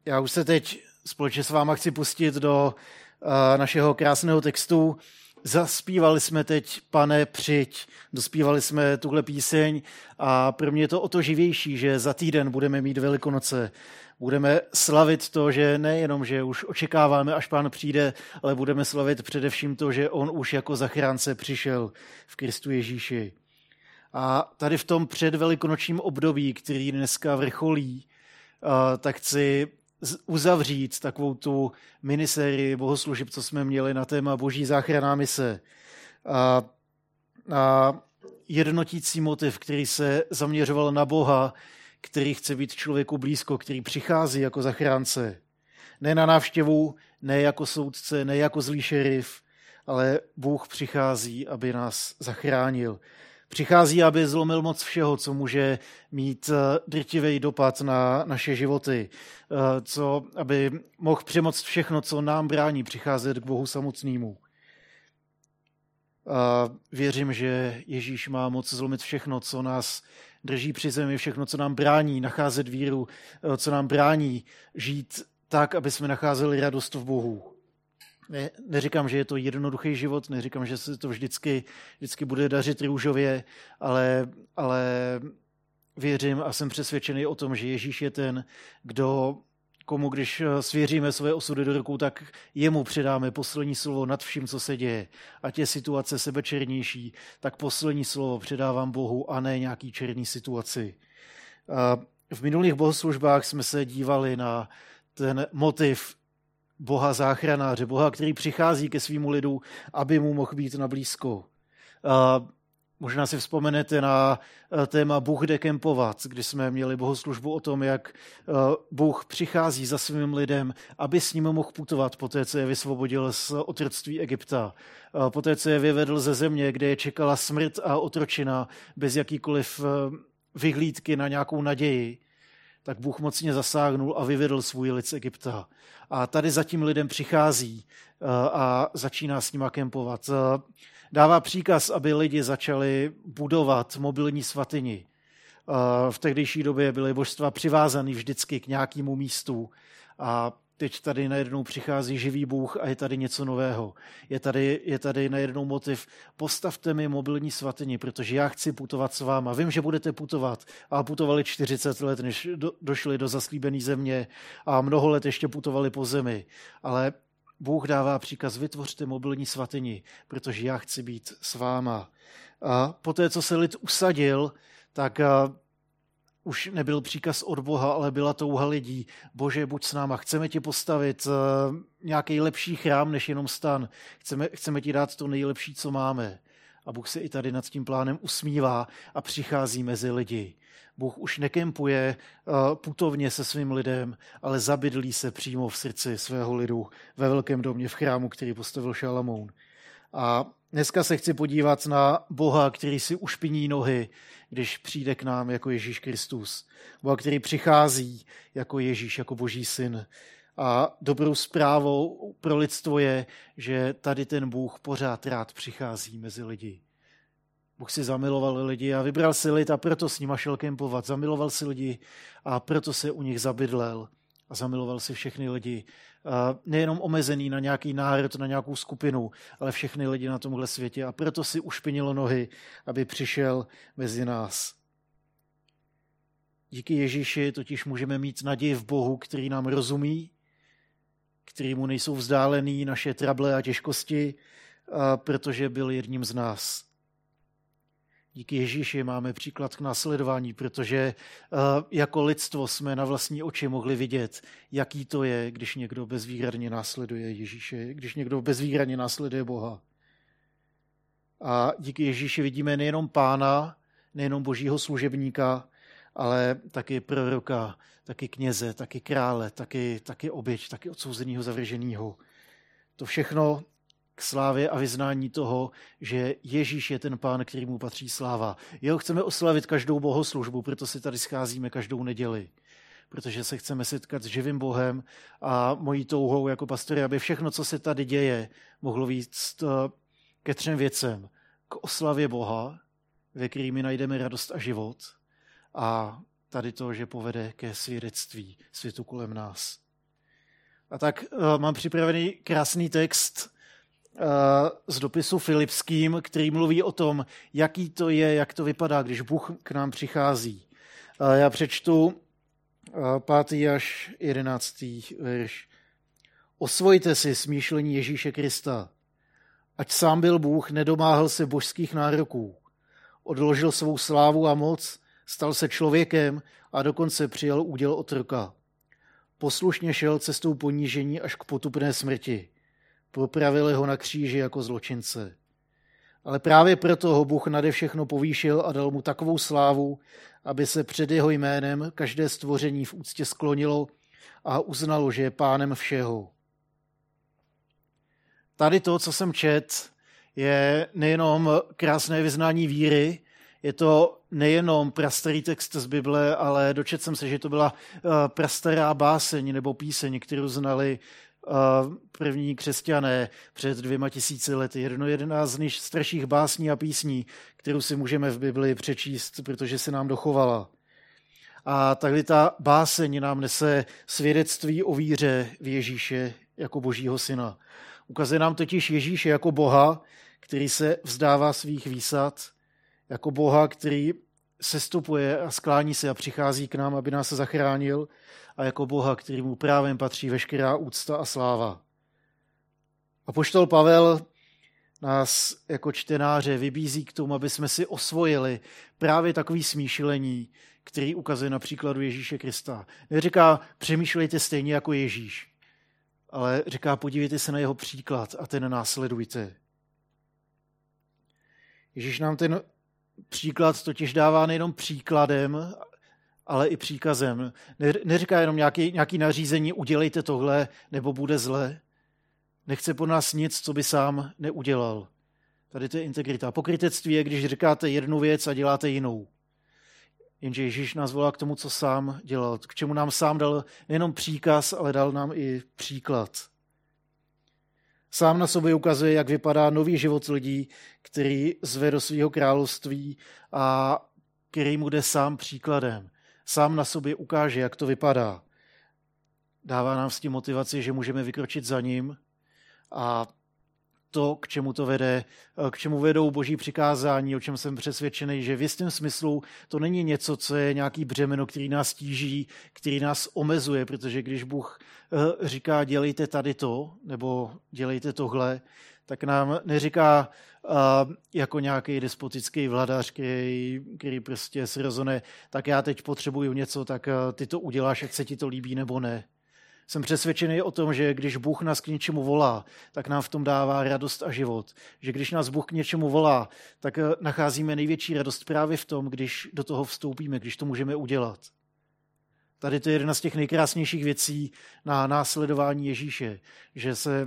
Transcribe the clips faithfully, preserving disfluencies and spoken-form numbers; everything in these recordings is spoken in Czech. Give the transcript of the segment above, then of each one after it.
Já už se teď společně s váma chci pustit do uh, našeho krásného textu. Zaspívali jsme teď Pane, přijď, dospívali jsme tuhle píseň a pro mě je to o to živější, že za týden budeme mít Velikonoce. Budeme slavit to, že nejenom, že už očekáváme, až Pán přijde, ale budeme slavit především to, že on už jako zachránce přišel v Kristu Ježíši. A tady v tom předvelikonočním období, který dneska vrcholí, uh, tak chci uzavřít takovou tu minisérii bohoslužeb, co jsme měli na téma Boží záchranná mise. A, a jednotící motiv, který se zaměřoval na Boha, který chce být člověku blízko, který přichází jako zachránce. Ne na návštěvu, ne jako soudce, ne jako zlý šerif, ale Bůh přichází, aby nás zachránil. Přichází, aby zlomil moc všeho, co může mít drtivý dopad na naše životy, co, aby mohl přemoct všechno, co nám brání přicházet k Bohu samotnému. A věřím, že Ježíš má moc zlomit všechno, co nás drží při zemi, všechno, co nám brání nacházet víru, co nám brání žít tak, aby jsme nacházeli radost v Bohu. Ne, neříkám, že je to jednoduchý život, neříkám, že se to vždycky, vždycky bude dařit růžově, ale, ale věřím a jsem přesvědčený o tom, že Ježíš je ten, kdo, komu když svěříme své osudy do rukou, tak jemu předáme poslední slovo nad vším, co se děje. Ať je situace sebečernější, tak poslední slovo předávám Bohu a ne nějaký černý situaci. V minulých bohoslužbách jsme se dívali na ten motiv Boha záchranáře, Boha, který přichází ke svýmu lidu, aby mu mohl být na blízko. A možná si vzpomenete na téma Bůh jde kempovat, kdy jsme měli bohoslužbu o tom, jak Bůh přichází za svým lidem, aby s ním mohl putovat po té, co je vysvobodil z otroctví Egypta. Po té, co je vyvedl ze země, kde je čekala smrt a otročina bez jakýkoliv vyhlídky na nějakou naději, tak Bůh mocně zasáhnul a vyvedl svůj lid z Egypta. A tady za tím lidem přichází a začíná s nima kempovat. Dává příkaz, aby lidi začali budovat mobilní svatyni. V tehdejší době byly božstva přivázané vždycky k nějakému místu a teď tady najednou přichází živý Bůh a je tady něco nového. Je tady, je tady najednou motiv, postavte mi mobilní svatyni, protože já chci putovat s váma. Vím, že budete putovat. A putovali čtyřicet let, než do, došli do zaslíbené země a mnoho let ještě putovali po zemi. Ale Bůh dává příkaz, vytvořte mobilní svatyni, protože já chci být s váma. A poté, co se lid usadil, tak už nebyl příkaz od Boha, ale byla touha lidí. Bože, buď s náma, chceme ti postavit uh, nějaký lepší chrám, než jenom stan. Chceme, chceme ti dát to nejlepší, co máme. A Bůh se i tady nad tím plánem usmívá a přichází mezi lidi. Bůh už nekempuje uh, putovně se svým lidem, ale zabydlí se přímo v srdci svého lidu ve velkém domě v chrámu, který postavil Šalamoun. A dneska se chci podívat na Boha, který si ušpiní nohy, když přijde k nám jako Ježíš Kristus. Boha, který přichází jako Ježíš, jako Boží syn. A dobrou zprávou pro lidstvo je, že tady ten Bůh pořád rád přichází mezi lidi. Bůh si zamiloval lidi a vybral si lid a proto s nima šel kempovat. Zamiloval si lidi a proto se u nich zabydlel. A zamiloval si všechny lidi. A nejenom omezený na nějaký národ, na nějakou skupinu, ale všechny lidi na tomhle světě. A proto si ušpinilo nohy, aby přišel mezi nás. Díky Ježíši totiž můžeme mít naději v Bohu, který nám rozumí, kterýmu nejsou vzdálený naše trable a těžkosti, a protože byl jedním z nás. Díky Ježíši máme příklad k následování, protože jako lidstvo jsme na vlastní oči mohli vidět, jaký to je, když někdo bezvýhradně následuje Ježíše, když někdo bezvýhradně následuje Boha. A díky Ježíši vidíme nejenom Pána, nejenom Božího služebníka, ale taky proroka, taky kněze, taky krále, taky, taky oběť, taky odsouzenýho, zavrženýho. To všechno k slávě a vyznání toho, že Ježíš je ten Pán, kterému patří sláva. Jeho chceme oslavit každou bohoslužbu, proto si tady scházíme každou neděli. Protože se chceme setkat s živým Bohem a mojí touhou jako pastory, aby všechno, co se tady děje, mohlo víc ke třem věcem. K oslavě Boha, ve kterými najdeme radost a život, a tady to, že povede ke svědectví světu kolem nás. A tak uh, mám připravený krásný text uh, z dopisu Filipským, který mluví o tom, jaký to je, jak to vypadá, když Bůh k nám přichází. Uh, já přečtu uh, pátý až jedenáctý verš. Osvojte si smýšlení Ježíše Krista. Ať sám byl Bůh, nedomáhal se božských nároků. Odložil svou slávu a moc, stal se člověkem a dokonce přijal úděl otroka. Poslušně šel cestou ponížení až k potupné smrti. Popravili ho na kříži jako zločince. Ale právě proto ho Bůh nade všechno povýšil a dal mu takovou slávu, aby se před jeho jménem každé stvoření v úctě sklonilo a uznalo, že je pánem všeho. Tady to, co jsem čet, je nejenom krásné vyznání víry, je to nejenom prastarý text z Bible, ale dočet jsem se, že to byla prastará báseň nebo píseň, kterou znali první křesťané před dvěma tisíci lety. Jedno jedna z nejstarších básní a písní, kterou si můžeme v Bibli přečíst, protože se nám dochovala. A tady ta báseň nám nese svědectví o víře v Ježíše jako Božího syna. Ukazuje nám totiž Ježíše jako Boha, který se vzdává svých výsad, jako Boha, který sestupuje a sklání se a přichází k nám, aby nás zachránil, a jako Boha, kterému právem patří veškerá úcta a sláva. Apoštol Pavel nás jako čtenáře vybízí k tomu, aby jsme si osvojili právě takový smýšlení, který ukazuje na příkladu Ježíše Krista. Neříká, přemýšlejte stejně jako Ježíš, ale říká, podívejte se na jeho příklad a ten následujte. Ježíš nám ten příklad totiž dává nejenom příkladem, ale i příkazem. Neříká jenom nějaký, nějaký nařízení, udělejte tohle, nebo bude zle. Nechce po nás nic, co by sám neudělal. Tady to je integrita. Pokrytectví je, když říkáte jednu věc a děláte jinou. Jenže Ježíš nás volá k tomu, co sám dělal, k čemu nám sám dal nejenom příkaz, ale dal nám i příklad. Sám na sobě ukazuje, jak vypadá nový život lidí, který zve do svého království a který mu jde sám příkladem. Sám na sobě ukáže, jak to vypadá. Dává nám s tím motivaci, že můžeme vykročit za ním a to, k čemu to vede, k čemu vedou boží přikázání, o čem jsem přesvědčený, že v jistém smyslu to není něco, co je nějaký břemeno, který nás tíží, který nás omezuje, protože když Bůh říká dělejte tady to, nebo dělejte tohle, tak nám neříká jako nějaký despotický vladař, který, který prostě si rozhodne, tak já teď potřebuju něco, tak ty to uděláš, ať se ti to líbí nebo ne. Jsem přesvědčený o tom, že když Bůh nás k něčemu volá, tak nám v tom dává radost a život. Že když nás Bůh k něčemu volá, tak nacházíme největší radost právě v tom, když do toho vstoupíme, když to můžeme udělat. Tady to je jedna z těch nejkrásnějších věcí na následování Ježíše, že se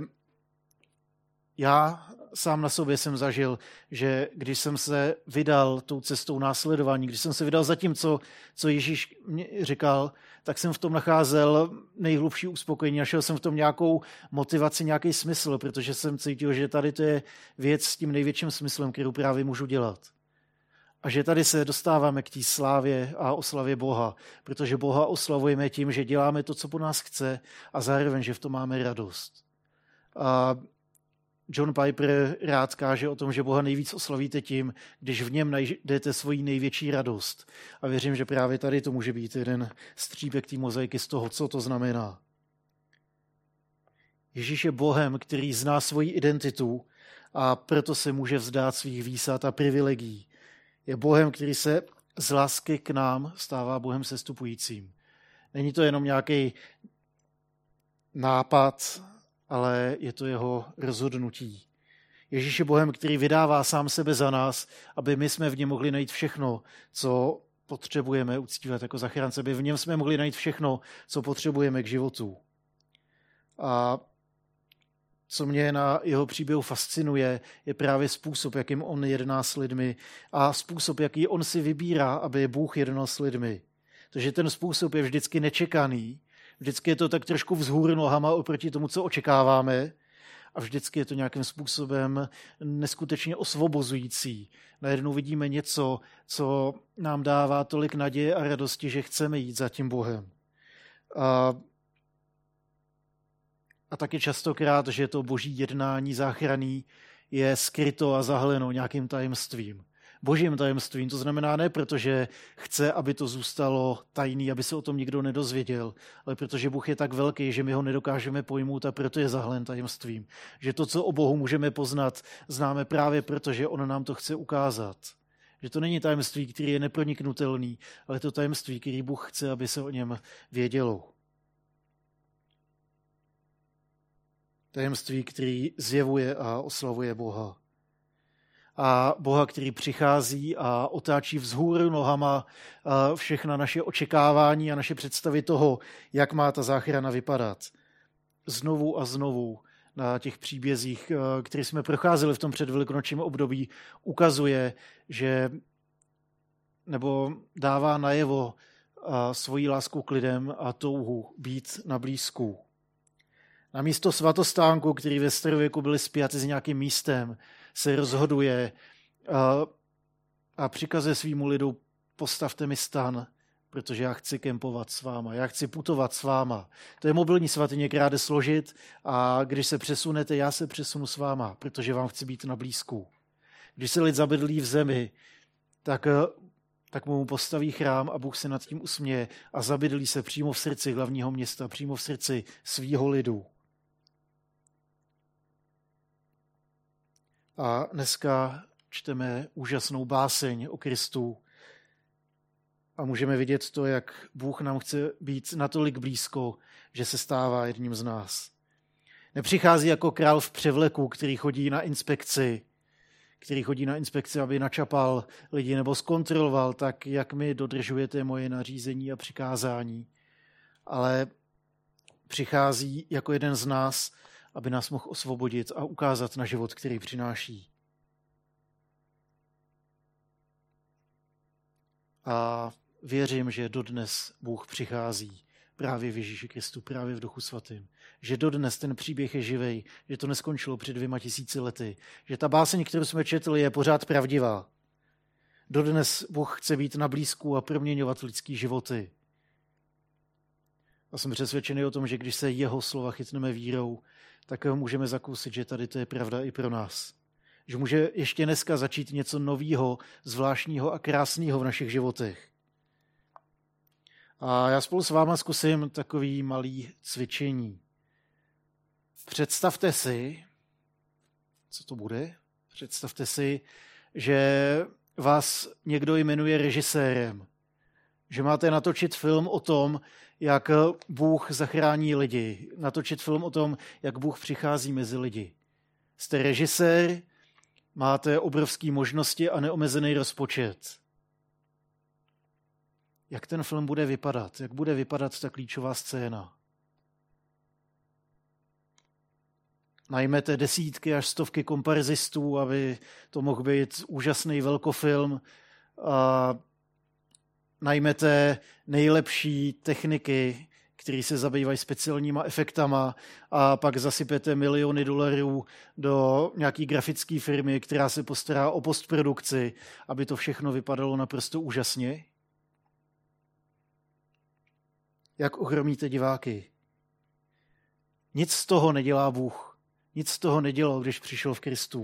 já sám na sobě jsem zažil, že když jsem se vydal tou cestou následování, když jsem se vydal za tím, co, co Ježíš mě říkal, tak jsem v tom nacházel nejhlubší uspokojení. Našel jsem v tom nějakou motivaci, nějaký smysl, protože jsem cítil, že tady to je věc s tím největším smyslem, kterou právě můžu dělat. A že tady se dostáváme k té slávě a oslavě Boha, protože Boha oslavujeme tím, že děláme to, co po nás chce a zároveň, že v tom máme radost. A John Piper rád káže o tom, že Boha nejvíc oslavíte tím, když v něm najdete svoji největší radost. A věřím, že právě tady to může být jeden střípek té mozaiky z toho, co to znamená. Ježíš je Bohem, který zná svoji identitu a proto se může vzdát svých výsad a privilegií. Je Bohem, který se z lásky k nám stává Bohem sestupujícím. Není to jenom nějaký nápad, ale je to jeho rozhodnutí. Ježíš je Bohem, který vydává sám sebe za nás, aby my jsme v něm mohli najít všechno, co potřebujeme uctívat jako zachránce, aby v něm jsme mohli najít všechno, co potřebujeme k životu. A co mě na jeho příběhu fascinuje, je právě způsob, jakým on jedná s lidmi a způsob, jaký on si vybírá, aby Bůh jednal s lidmi. Takže ten způsob je vždycky nečekaný, vždycky je to tak trošku vzhůru nohama oproti tomu, co očekáváme, a vždycky je to nějakým způsobem neskutečně osvobozující. Najednou vidíme něco, co nám dává tolik naděje a radosti, že chceme jít za tím Bohem. A a taky častokrát, že to boží jednání záchranný je skryto a zahaleno nějakým tajemstvím. Božím tajemstvím, to znamená ne protože chce, aby to zůstalo tajný, aby se o tom nikdo nedozvěděl, ale protože Bůh je tak velký, že my ho nedokážeme pojmout a proto je zahalen tajemstvím. Že to, co o Bohu můžeme poznat, známe právě proto, že on nám to chce ukázat. Že to není tajemství, který je neproniknutelný, ale to tajemství, který Bůh chce, aby se o něm vědělo. Tajemství, který zjevuje a oslavuje Boha. A Boha, který přichází a otáčí vzhůru nohama všechna naše očekávání a naše představy toho, jak má ta záchrana vypadat. Znovu a znovu na těch příbězích, které jsme procházeli v tom předvelikonočním období, ukazuje, že nebo dává najevo svoji lásku k lidem a touhu být na blízku. Na místo svatostánku, který ve starověku byly spjaty s nějakým místem, se rozhoduje a, a přikazuje svýmu lidu, postavte mi stan, protože já chci kempovat s váma, já chci putovat s váma. To je mobilní svatyně, která jde složit a když se přesunete, já se přesunu s váma, protože vám chci být na blízku. Když se lid zabydlí v zemi, tak, tak mu postaví chrám a Bůh se nad tím usměje a zabydlí se přímo v srdci hlavního města, přímo v srdci svýho lidu. A dneska čteme úžasnou báseň o Kristu a můžeme vidět to, jak Bůh nám chce být natolik blízko, že se stává jedním z nás. Nepřichází jako král v převleku, který chodí na inspekci, který chodí na inspekci, aby načapal lidi nebo zkontroloval, tak jak mi dodržujete moje nařízení a přikázání. Ale přichází jako jeden z nás, aby nás mohl osvobodit a ukázat na život, který přináší. A věřím, že dodnes Bůh přichází právě v Ježíši Kristu, právě v Duchu Svatým. Že dodnes ten příběh je živej, že to neskončilo před dvěma tisíci lety, že ta báseň, kterou jsme četli, je pořád pravdivá. Dodnes Bůh chce být na blízku a proměňovat lidský životy. A jsem přesvědčený o tom, že když se jeho slova chytneme vírou, tak můžeme zakusit, že tady to je pravda i pro nás. Že může ještě dneska začít něco nového, zvláštního a krásného v našich životech. A já spolu s váma zkusím takový malý cvičení. Představte si, co to bude? Představte si, že vás někdo jmenuje režisérem. Že máte natočit film o tom, jak Bůh zachrání lidi. Natočit film o tom, jak Bůh přichází mezi lidi. Jste režisér, máte obrovské možnosti a neomezený rozpočet. Jak ten film bude vypadat? Jak bude vypadat ta klíčová scéna? Najmete desítky až stovky komparzistů, aby to mohl být úžasný velkofilm. A najmete nejlepší techniky, které se zabývají speciálníma efektama a pak zasypete miliony dolarů do nějaký grafické firmy, která se postará o postprodukci, aby to všechno vypadalo naprosto úžasně. Jak ohromíte diváky? Nic z toho nedělá Bůh. Nic z toho nedělal, když přišel v Kristu.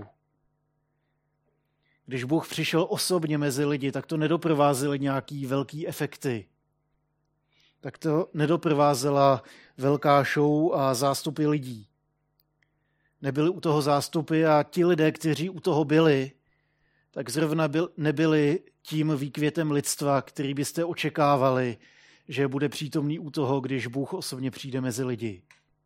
Když Bůh přišel osobně mezi lidi, tak to nedoprovázely nějaký velký efekty. Tak to nedoprovázela velká show a zástupy lidí. Nebyly u toho zástupy a ti lidé, kteří u toho byli, tak zrovna byl, nebyli tím výkvětem lidstva, který byste očekávali, že bude přítomný u toho, když Bůh osobně přijde mezi lidi.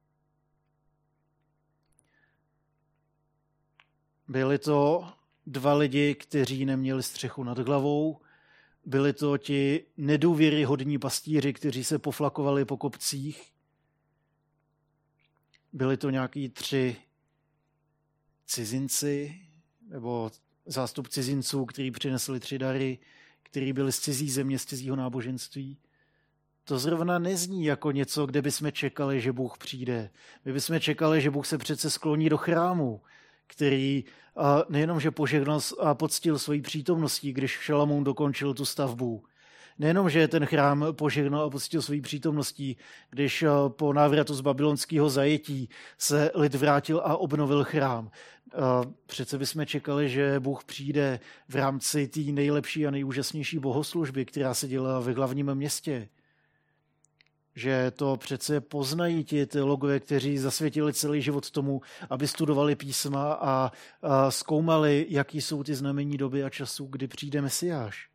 Byli to dva lidi, kteří neměli střechu nad hlavou, byli to ti nedůvěryhodní pastýři, kteří se poflakovali po kopcích, byli to nějaký tři cizinci, nebo zástup cizinců, kteří přinesli tři dary, kteří byli z cizí země, z cizího náboženství. To zrovna nezní jako něco, kde bychom čekali, že Bůh přijde. My bychom čekali, že Bůh se přece skloní do chrámu, který nejenom, že požehnal a poctil svojí přítomností, když Šalamoun dokončil tu stavbu. Nejenom, že ten chrám požehnal a poctil svojí přítomností, když po návratu z babylonského zajetí se lid vrátil a obnovil chrám. Přece bychom čekali, že Bůh přijde v rámci té nejlepší a nejúžasnější bohoslužby, která se dělala ve hlavním městě. Že to přece poznají ti teologové, kteří zasvětili celý život tomu, aby studovali písma a, a zkoumali, jaký jsou ty znamení doby a času, kdy přijde Mesiáš.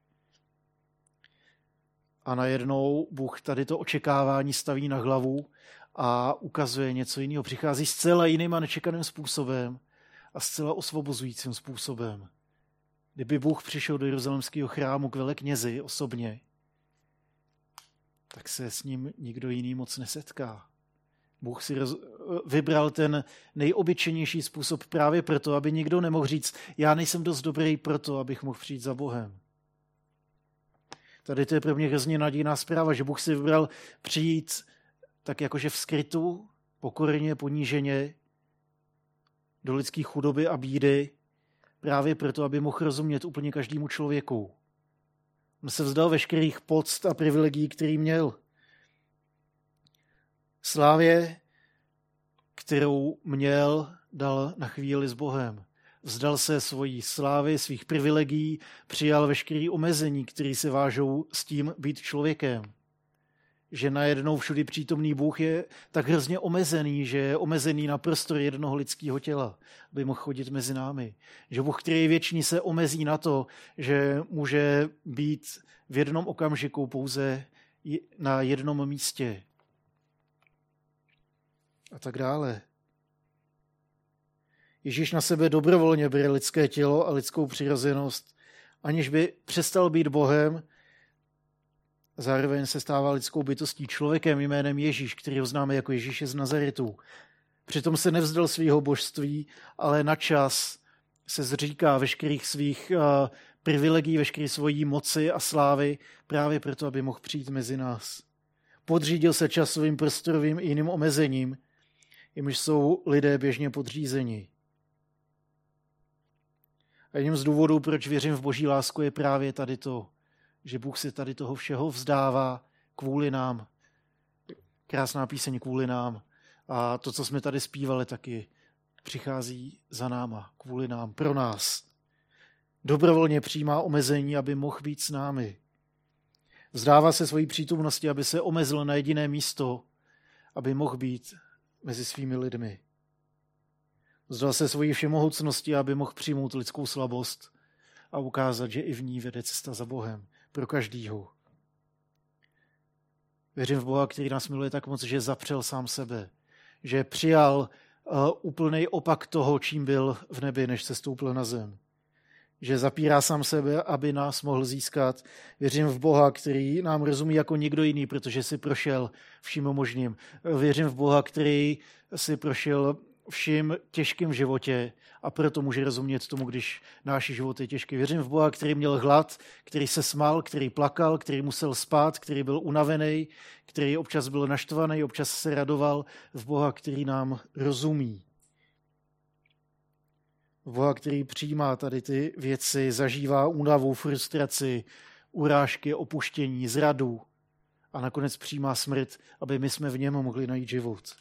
A najednou Bůh tady to očekávání staví na hlavu a ukazuje něco jiného. Přichází zcela jiným a nečekaným způsobem a zcela osvobozujícím způsobem. Kdyby Bůh přišel do jeruzalémského chrámu k veleknězi osobně, tak se s ním nikdo jiný moc nesetká. Bůh si roz... vybral ten nejobyčejnější způsob právě proto, aby nikdo nemohl říct, já nejsem dost dobrý proto, abych mohl přijít za Bohem. Tady to je pro mě hrozně nadějná zpráva, že Bůh si vybral přijít tak jakože v skrytu, pokorně, poníženě, do lidské chudoby a bídy, právě proto, aby mohl rozumět úplně každému člověku. On se vzdal veškerých poct a privilegií, který měl. Slávě, kterou měl, dal na chvíli s Bohem. Vzdal se svojí slávy, svých privilegií, přijal veškeré omezení, které se vážou s tím být člověkem. Že najednou všudy přítomný Bůh je tak hrozně omezený, že je omezený na prostor jednoho lidského těla, aby mohl chodit mezi námi. Že Bůh, který je věčný, se omezí na to, že může být v jednom okamžiku pouze na jednom místě. A tak dále. Ježíš na sebe dobrovolně bere lidské tělo a lidskou přirozenost, aniž by přestal být Bohem. Zároveň se stává lidskou bytostí, člověkem jménem Ježíš, který ho známe jako Ježíše z Nazaretu. Přitom se nevzdal svého božství, ale na čas se zříká veškerých svých uh, privilegií, veškeré svojí moci a slávy, právě proto, aby mohl přijít mezi nás. Podřídil se časovým, prostorovým i jiným omezením, jimž jsou lidé běžně podřízeni. A jedním z důvodů, proč věřím v Boží lásku, je právě tady to, že Bůh se tady toho všeho vzdává kvůli nám. Krásná píseň kvůli nám. A to, co jsme tady zpívali, taky přichází za náma, kvůli nám, pro nás. Dobrovolně přijímá omezení, aby mohl být s námi. Vzdává se svojí přítomnosti, aby se omezil na jediné místo, aby mohl být mezi svými lidmi. Vzdal se svojí všemohoucnosti, aby mohl přijmout lidskou slabost a ukázat, že i v ní vede cesta za Bohem pro každýho. Věřím v Boha, který nás miluje tak moc, že zapřel sám sebe, že přijal uh, úplný opak toho, čím byl v nebi, než se stoupil na zem. Že zapírá sám sebe, aby nás mohl získat. Věřím v Boha, který nám rozumí jako nikdo jiný, protože si prošel vším možným. Věřím v Boha, který si prošel vším těžkým v životě a proto může rozumět tomu, když náš život je těžký. Věřím v Boha, který měl hlad, který se smál, který plakal, který musel spát, který byl unavený, který občas byl naštvaný, občas se radoval. V Boha, který nám rozumí. V Boha, který přijímá tady ty věci, zažívá únavu, frustraci, urážky, opuštění, zradu a nakonec přijímá smrt, aby my jsme v něm mohli najít život.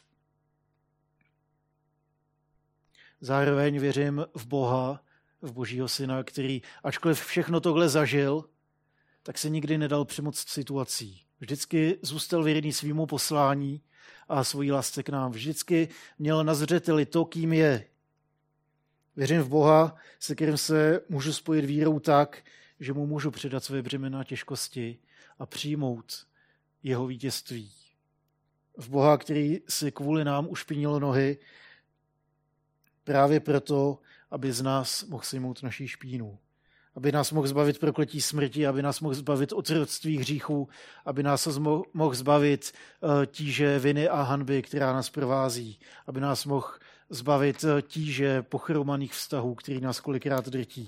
Zároveň věřím v Boha, v Božího syna, který, ačkoliv všechno tohle zažil, tak se nikdy nedal přemoct situací. Vždycky zůstal věrný svýmu poslání a svojí lásce k nám. Vždycky měl na zřeteli to, kým je. Věřím v Boha, se kterým se můžu spojit vírou tak, že mu můžu předat své břemena a těžkosti a přijmout jeho vítězství. V Boha, který si kvůli nám ušpinil nohy, právě proto, aby z nás mohl sejmout naší špínu. Aby nás mohl zbavit prokletí smrti, aby nás mohl zbavit otroctví hříchů, aby nás mohl zbavit tíže viny a hanby, která nás provází. Aby nás mohl zbavit tíže pochromaných vztahů, který nás kolikrát drtí.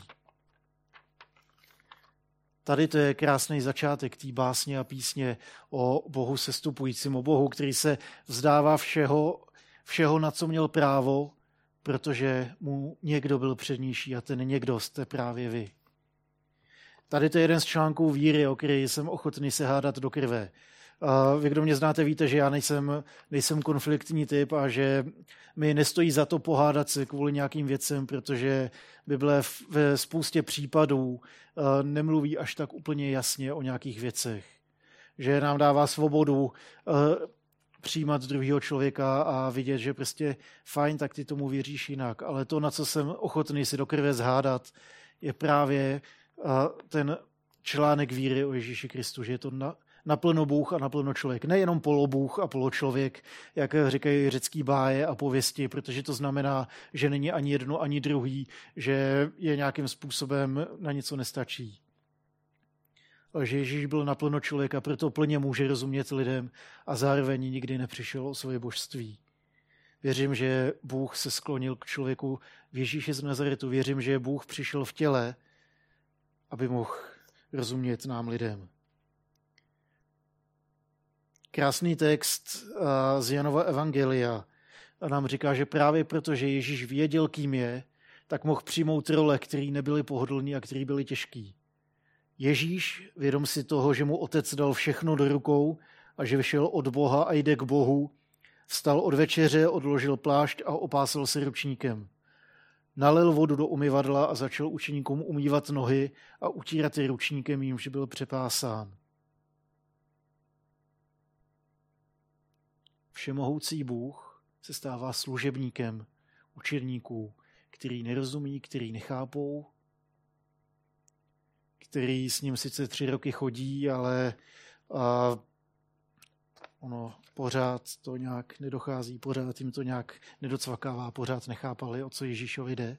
Tady to je krásný začátek té básně a písně o Bohu sestupujícím, o Bohu, který se vzdává všeho, všeho, na co měl právo, protože mu někdo byl přednější a ten někdo jste právě vy. Tady to je jeden z článků víry, o který jsem ochotný se hádat do krve. A vy, kdo mě znáte, víte, že já nejsem, nejsem konfliktní typ a že mi nestojí za to pohádat se kvůli nějakým věcem, protože Bible ve spoustě případů nemluví až tak úplně jasně o nějakých věcech. Že nám dává svobodu přijímat druhého člověka a vidět, že prostě fajn, tak ty tomu věříš jinak. Ale to, na co jsem ochotný si do krve zhádat, je právě ten článek víry o Ježíši Kristu, že je to na, naplno Bůh a naplno člověk. Nejenom polobůh a poločlověk, jak říkají řecký báje a pověsti, protože to znamená, že není ani jedno, ani druhý, že je nějakým způsobem na něco nestačí. Ale že Ježíš byl naplno člověk a proto plně může rozumět lidem a zároveň nikdy nepřišel o svoje božství. Věřím, že Bůh se sklonil k člověku v Ježíši z Nazaretu. Věřím, že Bůh přišel v těle, aby mohl rozumět nám lidem. Krásný text z Janova evangelia nám říká, že právě proto, že Ježíš věděl, kým je, tak mohl přijmout role, které nebyly pohodlný a které byly těžký. Ježíš, vědom si toho, že mu otec dal všechno do rukou a že vyšel od Boha a jde k Bohu, vstal od večeře, odložil plášť a opásal se ručníkem. Nalil vodu do umyvadla a začal učeníkům umývat nohy a utírat je ručníkem, jímž byl přepásán. Všemohoucí Bůh se stává služebníkem učedníků, který nerozumí, který nechápou, který s ním sice tři roky chodí, ale a, ono pořád to nějak nedochází, pořád jim to nějak nedocvakává, pořád nechápali, o co Ježíšovi jde.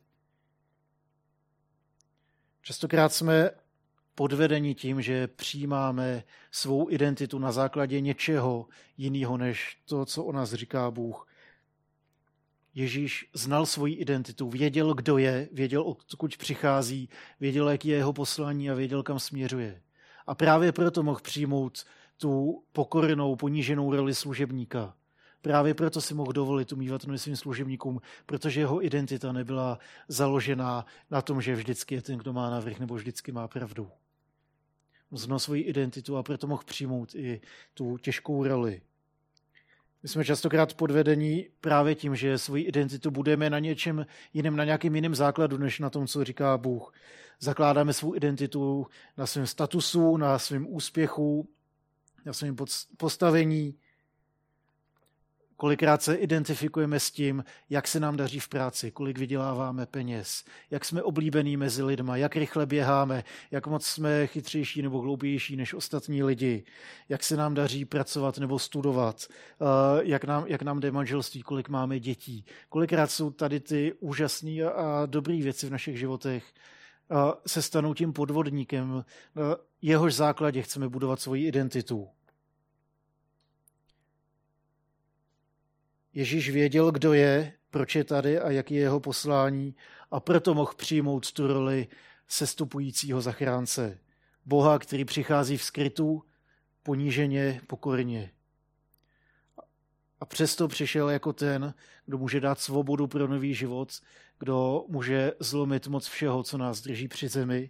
Častokrát jsme podvedeni tím, že přijímáme svou identitu na základě něčeho jiného, než to, co o nás říká Bůh. Ježíš znal svoji identitu, věděl, kdo je, věděl, odkud přichází, věděl, jaký je jeho poslání a věděl, kam směřuje. A právě proto mohl přijmout tu pokornou, poníženou roli služebníka. Právě proto si mohl dovolit umývat nohy svým služebníkům, protože jeho identita nebyla založená na tom, že vždycky je ten, kdo má navrch, nebo vždycky má pravdu. Znal svoji identitu a proto mohl přijmout i tu těžkou roli. My jsme častokrát podvedení právě tím, že svoji identitu budeme na něčem jiném, na nějakým jiném základu, než na tom, co říká Bůh. Zakládáme svou identitu na svém statusu, na svém úspěchu, na svém postavení. Kolikrát se identifikujeme s tím, jak se nám daří v práci, kolik vyděláváme peněz, jak jsme oblíbení mezi lidma, jak rychle běháme, jak moc jsme chytřejší nebo hloupější než ostatní lidi, jak se nám daří pracovat nebo studovat, jak nám, jak nám jde manželství, kolik máme dětí. Kolikrát jsou tady ty úžasné a dobré věci v našich životech, se stanou tím podvodníkem, na jehož základě chceme budovat svoji identitu. Ježíš věděl, kdo je, proč je tady a jaký je jeho poslání a proto mohl přijmout tu roli sestupujícího zachránce. Boha, který přichází v skrytu, poníženě, pokorně. A přesto přišel jako ten, kdo může dát svobodu pro nový život, kdo může zlomit moc všeho, co nás drží při zemi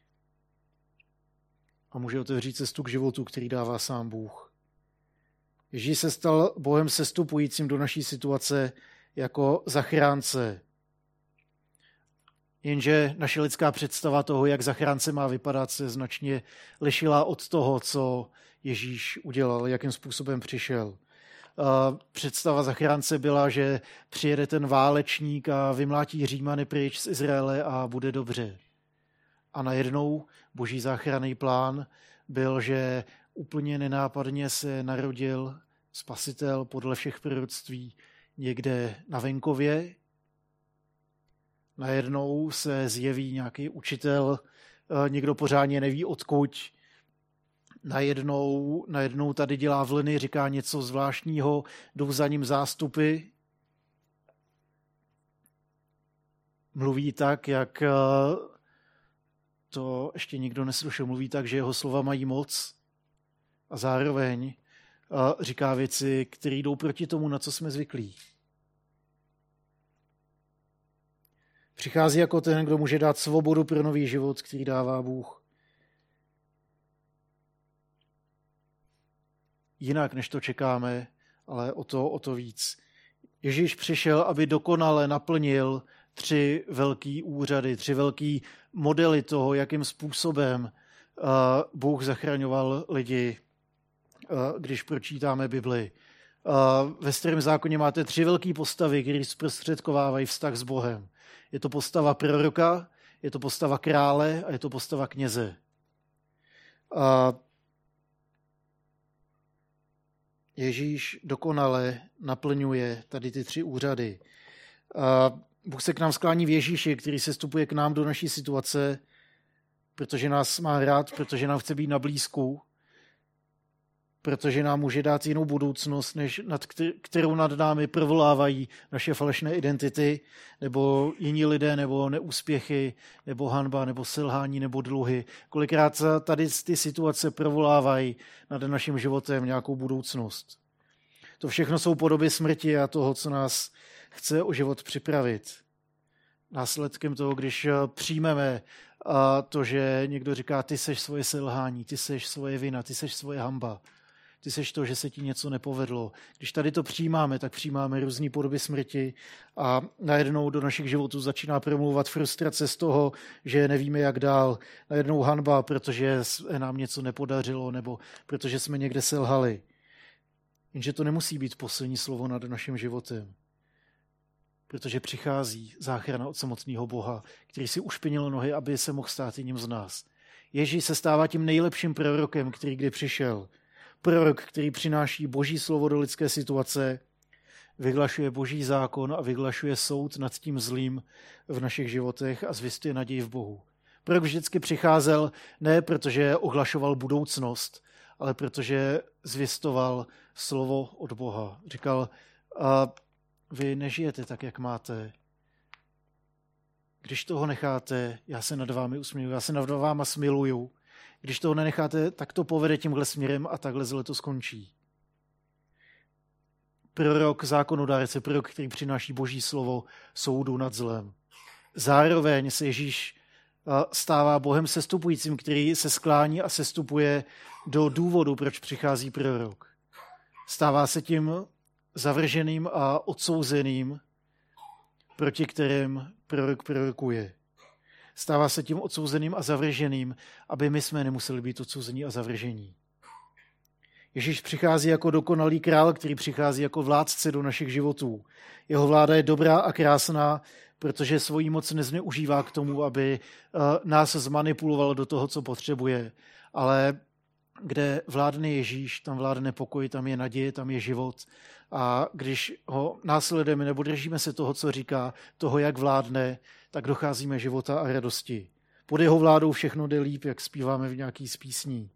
a může otevřít cestu k životu, který dává sám Bůh. Ježíš se stal Bohem sestupujícím do naší situace jako zachránce. Jenže naše lidská představa toho, jak zachránce má vypadat, se značně lišila od toho, co Ježíš udělal, jakým způsobem přišel. Představa zachránce byla, že přijede ten válečník a vymlátí Římany pryč z Izraele a bude dobře. A najednou boží záchranný plán byl, že úplně nenápadně se narodil spasitel podle všech proroctví někde na venkově. Najednou se zjeví nějaký učitel, někdo pořádně neví odkud. Najednou, najednou tady dělá vlny, říká něco zvláštního, jdou za ním zástupy. Mluví tak, jak to ještě nikdo neslyšel. Mluví tak, že jeho slova mají moc. A zároveň říká věci, které jdou proti tomu, na co jsme zvyklí. Přichází jako ten, kdo může dát svobodu pro nový život, který dává Bůh. jinak, než to čekáme, ale o to, o to víc. Ježíš přišel, aby dokonale naplnil tři velký úřady, tři velký modely toho, jakým způsobem Bůh zachraňoval lidi, když pročítáme Bibli. Ve Starém zákoně máte tři velké postavy, které zprostředkovávají vztah s Bohem. Je to postava proroka, je to postava krále a je to postava kněze. A Ježíš dokonale naplňuje tady ty tři úřady. A Bůh se k nám sklání v Ježíši, který se vstupuje k nám do naší situace, protože nás má rád, protože nám chce být na blízku, protože nám může dát jinou budoucnost, než nad kterou nad námi provolávají naše falešné identity, nebo jiní lidé, nebo neúspěchy, nebo hanba, nebo selhání, nebo dluhy. Kolikrát tady ty situace provolávají nad naším životem nějakou budoucnost. To všechno jsou podoby smrti a toho, co nás chce o život připravit. Následkem toho, když přijmeme to, že někdo říká, ty seš svoje selhání, ty seš svoje vina, ty seš svoje hanba, ty seš to, že se ti něco nepovedlo. Když tady to přijímáme, tak přijímáme různé podoby smrti a najednou do našich životů začíná promlouvat frustrace z toho, že nevíme, jak dál. Najednou hanba, protože nám něco nepodařilo nebo protože jsme někde selhali. Jenže to nemusí být poslední slovo nad naším životem. Protože přichází záchrana od samotného Boha, který si ušpinil nohy, aby se mohl stát jedním z nás. Ježíš se stává tím nejlepším prorokem, který kdy přišel. Prorok, který přináší Boží slovo do lidské situace, vyhlašuje Boží zákon a vyhlašuje soud nad tím zlým v našich životech a zvěstuje naději v Bohu. Prorok vždycky přicházel ne protože ohlašoval budoucnost, ale protože zvěstoval slovo od Boha. Říkal, a vy nežijete tak, jak máte. Když toho necháte, já se nad vámi usměju, já se nad váma smiluju. Když toho nenecháte, tak to povede tímhle směrem a takhle zle to skončí. Prorok, zákonodárce, prorok, který přináší Boží slovo soudu nad zlem. Zároveň se Ježíš stává Bohem sestupujícím, který se sklání a sestupuje do důvodu, proč přichází prorok. Stává se tím zavrženým a odsouzeným, proti kterým prorok prorokuje. Stává se tím odsouzeným a zavrženým, aby my jsme nemuseli být odsouzení a zavržení. Ježíš přichází jako dokonalý král, který přichází jako vládce do našich životů. Jeho vláda je dobrá a krásná, protože svoji moc nezneužívá k tomu, aby nás zmanipuloval do toho, co potřebuje. Ale kde vládne Ježíš, tam vládne pokoj, tam je naděje, tam je život. A když ho následujeme nebo držíme se toho, co říká, toho, jak vládne, tak docházíme života a radosti. Pod jeho vládou všechno jde líp, jak zpíváme v nějaký z písní.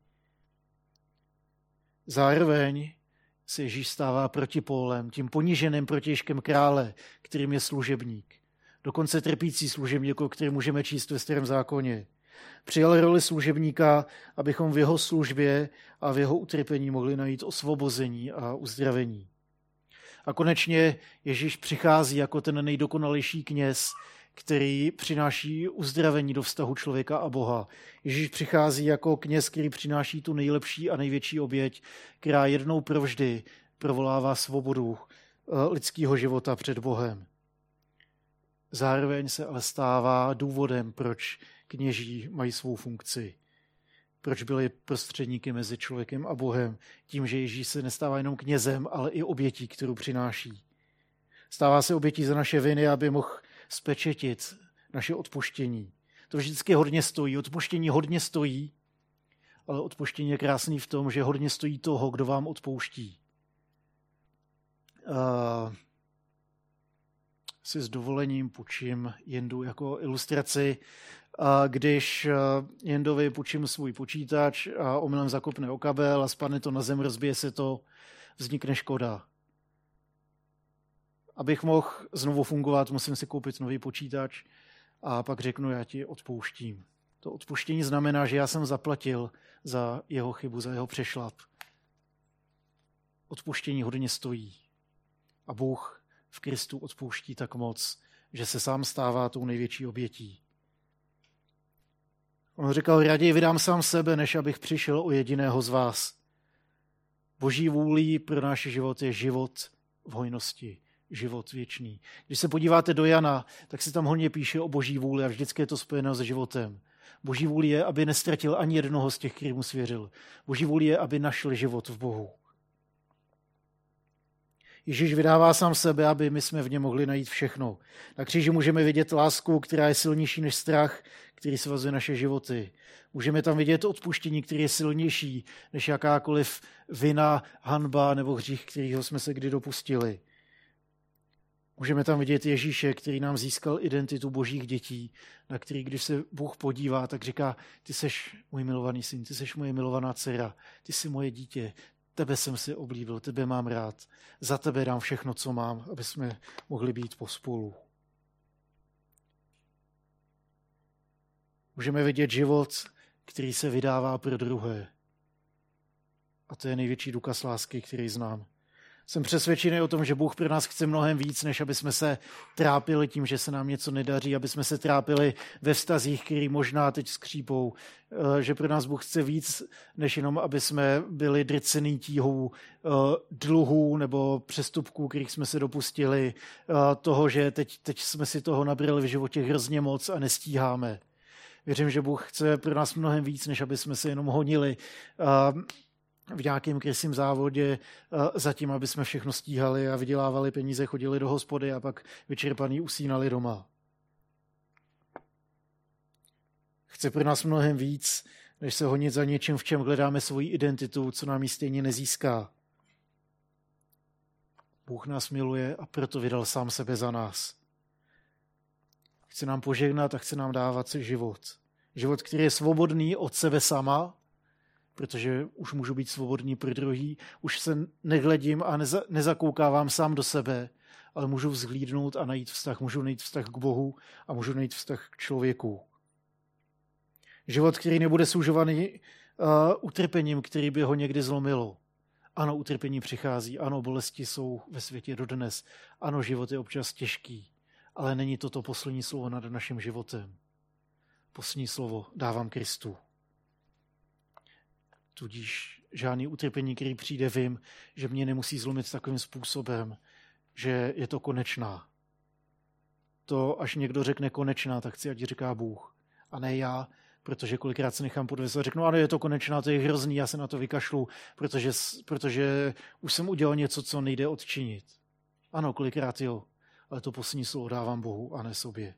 Zároveň se Ježíš stává protipólem, tím poníženým protějškem krále, kterým je služebník. Dokonce trpící služebník, o kterém můžeme číst ve Starém zákoně. Přijal roli služebníka, abychom v jeho službě a v jeho utrpení mohli najít osvobození a uzdravení. A konečně Ježíš přichází jako ten nejdokonalejší kněz, který přináší uzdravení do vztahu člověka a Boha. Ježíš přichází jako kněz, který přináší tu nejlepší a největší oběť, která jednou provždy provolává svobodu lidského života před Bohem. Zároveň se ale stává důvodem, proč kněží mají svou funkci. Proč byli prostředníky mezi člověkem a Bohem, tím, že Ježíš se nestává jenom knězem, ale i obětí, kterou přináší. Stává se obětí za naše viny, aby mohl spečetit naše odpuštění. To vždycky hodně stojí. Odpuštění hodně stojí, ale odpuštění je krásný v tom, že hodně stojí toho, kdo vám odpouští. Uh, si s dovolením půjčím Jendu jako ilustraci. A když Jendovi půjčím svůj počítač a omylem zakopne o kabel a spadne to na zem, rozbije se to, vznikne škoda. Abych mohl znovu fungovat, musím si koupit nový počítač a pak řeknu, já ti odpouštím. To odpuštění znamená, že já jsem zaplatil za jeho chybu, za jeho přešlap. Odpuštění hodně stojí. A Bůh v Kristu odpouští tak moc, že se sám stává tou největší obětí. On říkal, raději vydám sám sebe, než abych přišel o jediného z vás. Boží vůlí pro náš život je život v hojnosti, život věčný. Když se podíváte do Jana, tak se tam hodně píše o Boží vůli a vždycky je to spojeno se životem. Boží vůli je, aby nestratil ani jednoho z těch, který mu svěřil. Boží vůli je, aby našli život v Bohu. Ježíš vydává sám sebe, aby my jsme v něm mohli najít všechno. Na kříži můžeme vidět lásku, která je silnější než strach, který svazuje naše životy. Můžeme tam vidět odpuštění, který je silnější než jakákoliv vina, hanba nebo hřích, kterýho jsme se kdy dopustili. Můžeme tam vidět Ježíše, který nám získal identitu božích dětí, na který, když se Bůh podívá, tak říká, ty seš můj milovaný syn, ty seš moje milovaná dcera, ty jsi moje dítě, tebe jsem si oblíbil, tebe mám rád, za tebe dám všechno, co mám, aby jsme mohli být pospolu. Můžeme vidět život, který se vydává pro druhé. A to je největší důkaz lásky, který znám. Jsem přesvědčený o tom, že Bůh pro nás chce mnohem víc, než aby jsme se trápili tím, že se nám něco nedaří, aby jsme se trápili ve vztazích, který možná teď skřípou. Že pro nás Bůh chce víc, než jenom, aby jsme byli drcený tíhou dluhů nebo přestupků, kterých jsme se dopustili, toho, že teď, teď jsme si toho nabrali v životě hrozně moc a nestíháme. Věřím, že Bůh chce pro nás mnohem víc, než aby jsme se jenom honili v nějakém krysím závodě za tím, aby jsme všechno stíhali a vydělávali peníze, chodili do hospody a pak vyčerpaný usínali doma. Chce pro nás mnohem víc, než se honit za něčím, v čem hledáme svoji identitu, co nám ji stejně nezíská. Bůh nás miluje a proto vydal sám sebe za nás. Chce nám požehnat a chce nám dávat život. Život, který je svobodný od sebe sama, protože už můžu být svobodný pro druhý, už se nehledím a neza, nezakoukávám sám do sebe, ale můžu vzhlídnout a najít vztah. Můžu najít vztah k Bohu a můžu najít vztah k člověku. Život, který nebude sužovaný uh, utrpením, který by ho někdy zlomilo. Ano, utrpení přichází, ano, bolesti jsou ve světě dodnes, ano, život je občas těžký, ale není to to poslední slovo nad naším životem. Poslední slovo dávám Kristu. Tudíž žádný utrpení, který přijde, vím, že mě nemusí zlomit takovým způsobem, že je to konečná. To, až někdo řekne konečná, tak chci, ať říká Bůh. A ne já, protože kolikrát se nechám podvést a řeknu, ano, je to konečná, to je hrozný, já se na to vykašlu, protože, protože už jsem udělal něco, co nejde odčinit. Ano, kolikrát jo, ale to poslední slovo dávám Bohu a ne sobě.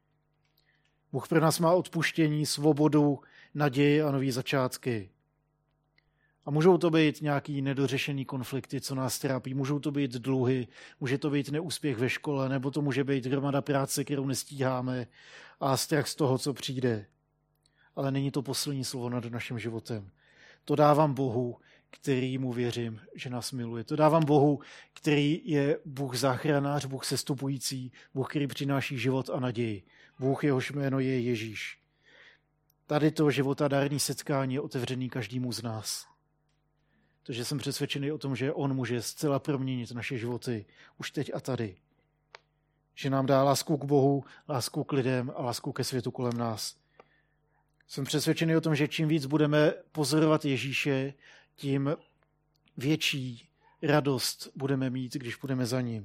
Bůh pro nás má odpuštění, svobodu, naději a nový začátky. A můžou to být nějaký nedořešený konflikty, co nás trápí, můžou to být dluhy, může to být neúspěch ve škole, nebo to může být hromada práce, kterou nestíháme a strach z toho, co přijde. Ale není to poslední slovo nad naším životem. To dávám Bohu, který mu věřím, že nás miluje. To dávám Bohu, který je Bůh záchranář, Bůh sestupující, Bůh, který přináší život a naději. Bůh, jehož jméno je Ježíš. Tady to životadární setkání je otevřený každému z nás. Takže jsem přesvědčený o tom, že on může zcela proměnit naše životy už teď a tady. Že nám dá lásku k Bohu, lásku k lidem a lásku ke světu kolem nás. Jsem přesvědčený o tom, že čím víc budeme pozorovat Ježíše, tím větší radost budeme mít, když budeme za ním.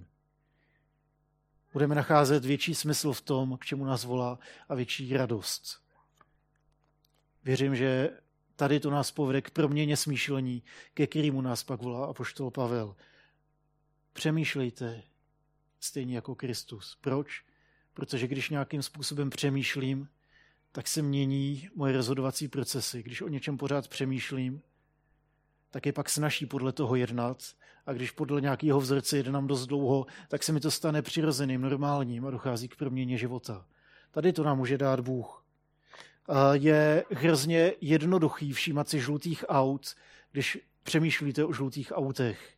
Budeme nacházet větší smysl v tom, k čemu nás volá, a větší radost. Věřím, že tady to nás povede k proměně smýšlení, ke kterému nás pak volá apoštol Pavel. Přemýšlejte stejně jako Kristus. Proč? Protože když nějakým způsobem přemýšlím, tak se mění moje rozhodovací procesy. Když o něčem pořád přemýšlím, tak je pak snaží podle toho jednat. A když podle nějakého vzorce jednám dost dlouho, tak se mi to stane přirozeným, normálním a dochází k proměně života. Tady to nám může dát Bůh. Je hrozně jednoduchý všímat si žlutých aut, když přemýšlíte o žlutých autech.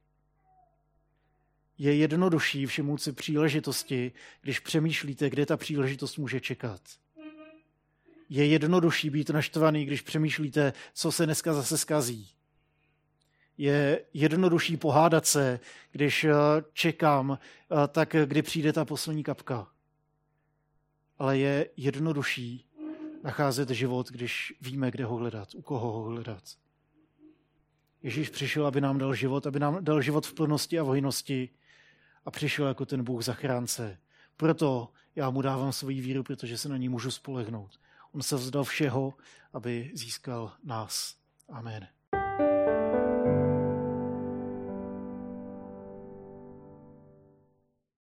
Je jednodušší všimnout si příležitosti, když přemýšlíte, kde ta příležitost může čekat. Je jednodušší být naštvaný, když přemýšlíte, co se dneska zase zkazí. Je jednodušší pohádat se, když čekám, tak kdy přijde ta poslední kapka. Ale je jednodušší nacházet život, když víme, kde ho hledat, u koho ho hledat. Ježíš přišel, aby nám dal život, aby nám dal život v plnosti a v hojnosti a přišel jako ten Bůh zachránce. Proto já mu dávám svoji víru, protože se na ní můžu spolehnout. On se vzdal všeho, aby získal nás. Amen.